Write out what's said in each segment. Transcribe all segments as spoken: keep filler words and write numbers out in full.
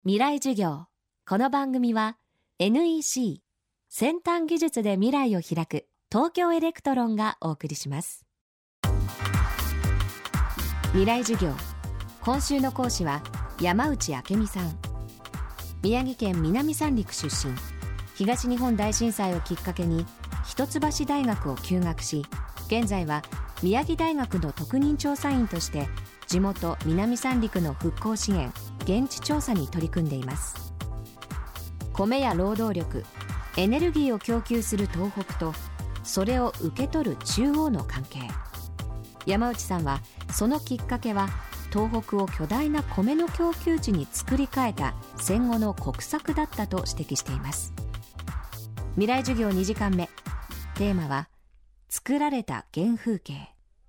未来授業。この番組は エヌイーシー 先端技術で未来を開く東京エレクトロンがお送りします。未来授業。今週の講師は山内明美さん。宮城県南三陸出身。東日本大震災をきっかけに一橋大学を休学し、現在は宮城大学の特任調査員として地元南三陸の復興支援、現地調査に取り組んでいます。米や労働力、エネルギーを供給する東北とそれを受け取る中央の関係。山内さんはそのきっかけは東北を巨大な米の供給地に作り変えた戦後の国策だったと指摘しています。未来授業にじかんめ、テーマは作られた原風景。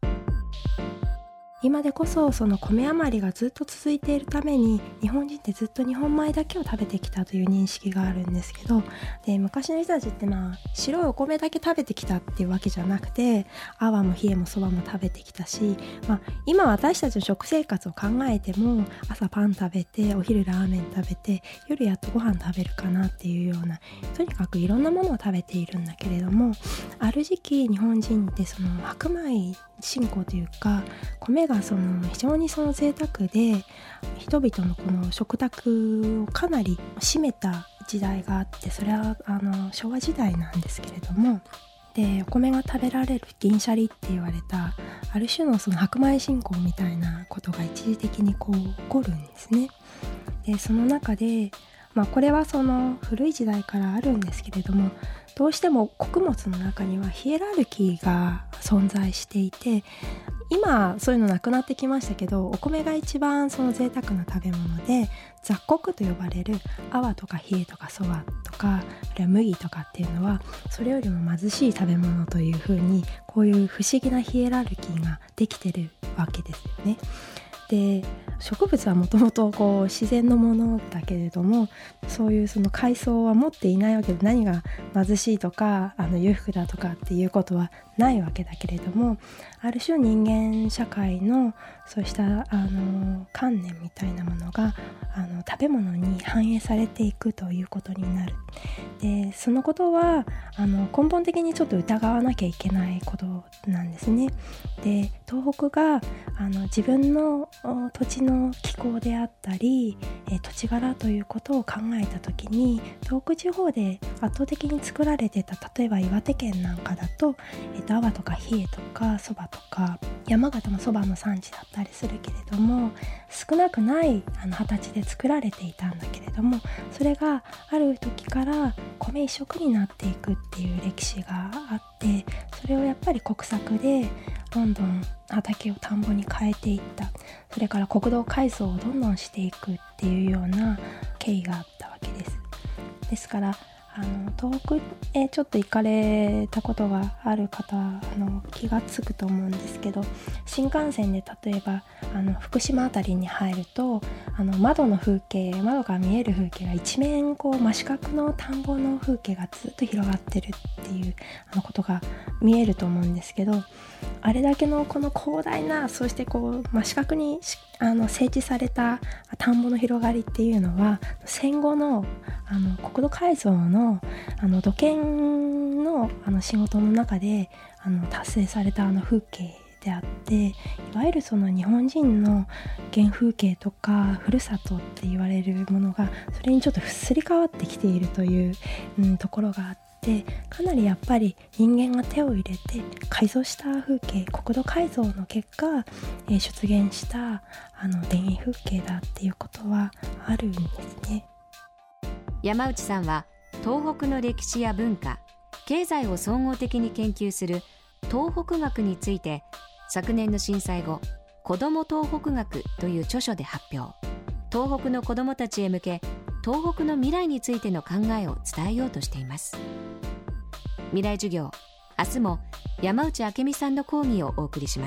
今でこそその米余りがずっと続いているために日本人ってずっと日本米だけを食べてきたという認識があるんですけど、で昔の人たちってまあ白いお米だけ食べてきたっていうわけじゃなくて、阿波も冷えもそばも食べてきたし、まあ、今私たちの食生活を考えても朝パン食べてお昼ラーメン食べて夜やっとご飯食べるかなっていうような、とにかくいろんなものを食べているんだけれども、ある時期日本人ってその白米信仰というか、米がその非常にその贅沢で人々のこの食卓をかなり占めた時代があって、それはあの昭和時代なんですけれども、でお米が食べられる銀シャリって言われたある種のその白米信仰みたいなことが一時的にこう起こるんですね。でその中で、まあ、これはその古い時代からあるんですけれども、どうしても穀物の中にはヒエラルキーが存在していて、今そういうのなくなってきましたけど、お米が一番その贅沢な食べ物で、雑穀と呼ばれる阿波とか冷えとかそばとか、あるいは麦とかっていうのはそれよりも貧しい食べ物というふうに、こういう不思議なヒエラルキーができてるわけですよね。で植物はもともとこう自然のものだけれども、そういうその階層は持っていないわけで、何が貧しいとかあの裕福だとかっていうことはないわけだけれども、ある種人間社会のそうしたあの観念みたいなものがあの食べ物に反映されていくということになる。でそのことはあの根本的にちょっと疑わなきゃいけないことなんですね。で東北があの自分の土地の気候であったり、え土地柄ということを考えたときに、東北地方で圧倒的に作られてた、例えば岩手県なんかだと、えっと、阿波とか冷えとかそばとか、山形もそばの産地だったりするけれども、少なくないあの形で作られていたんだけれども、それがある時から米一色になっていくっていう歴史があって、それをやっぱり国策でどんどん畑を田んぼに変えていった。それから国道改造をどんどんしていくっていうような経緯があったわけです。ですからあの遠くへちょっと行かれたことがある方あの気がつくと思うんですけど、新幹線で例えばあの福島あたりに入ると、あの窓の風景窓から見える風景が一面こう真四角の田んぼの風景がずっと広がってるっていうあのことが見えると思うんですけど、あれだけのこの広大な、そしてこう真四角にあの整地された田んぼの広がりっていうのは、戦後のあの国土改造のあの土建のあの仕事の中であの達成されたあの風景であって、いわゆるその日本人の原風景とかふるさとって言われるものがそれにちょっとすり替わってきているという、うん、ところがあって、かなりやっぱり人間が手を入れて改造した風景、国土改造の結果、えー、出現したあの田園風景だっていうことはあるんですね。 山内さんは東北の歴史や文化、経済を総合的に研究する東北学について、昨年の震災後、子ども東北学という著書で発表。東北の子どもたちへ向け、東北の未来についての考えを伝えようとしています。未来授業、明日も山内明美さんの講義をお送りします。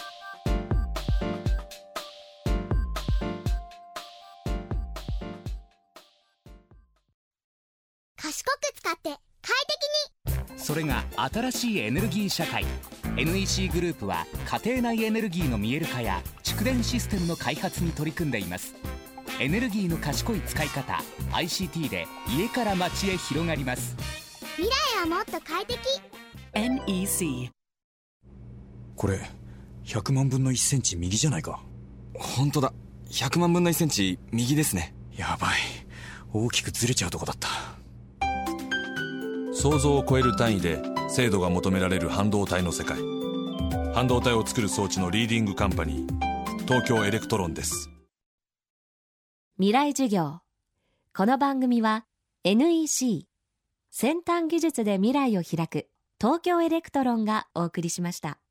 賢く使って快適に、 それが新しいエネルギー社会。 エヌイーシー グループは家庭内エネルギーの見える化や蓄電システムの開発に取り組んでいます。 エネルギーの賢い使い方 アイシーティー で家から街へ広がります。 未来はもっと快適。 エヌイーシー。 これひゃくまんぶんのいっセンチ右じゃないか。 本当だ、ひゃくまんぶんのいっセンチ右ですね。 やばい、大きくずれちゃうとこだった。 想像を超える単位で精度が求められる半導体の世界。半導体を作る装置のリーディングカンパニー、東京エレクトロンです。 未来授業。この番組は エヌイーシー 先端技術で未来を開く東京エレクトロンがお送りしました。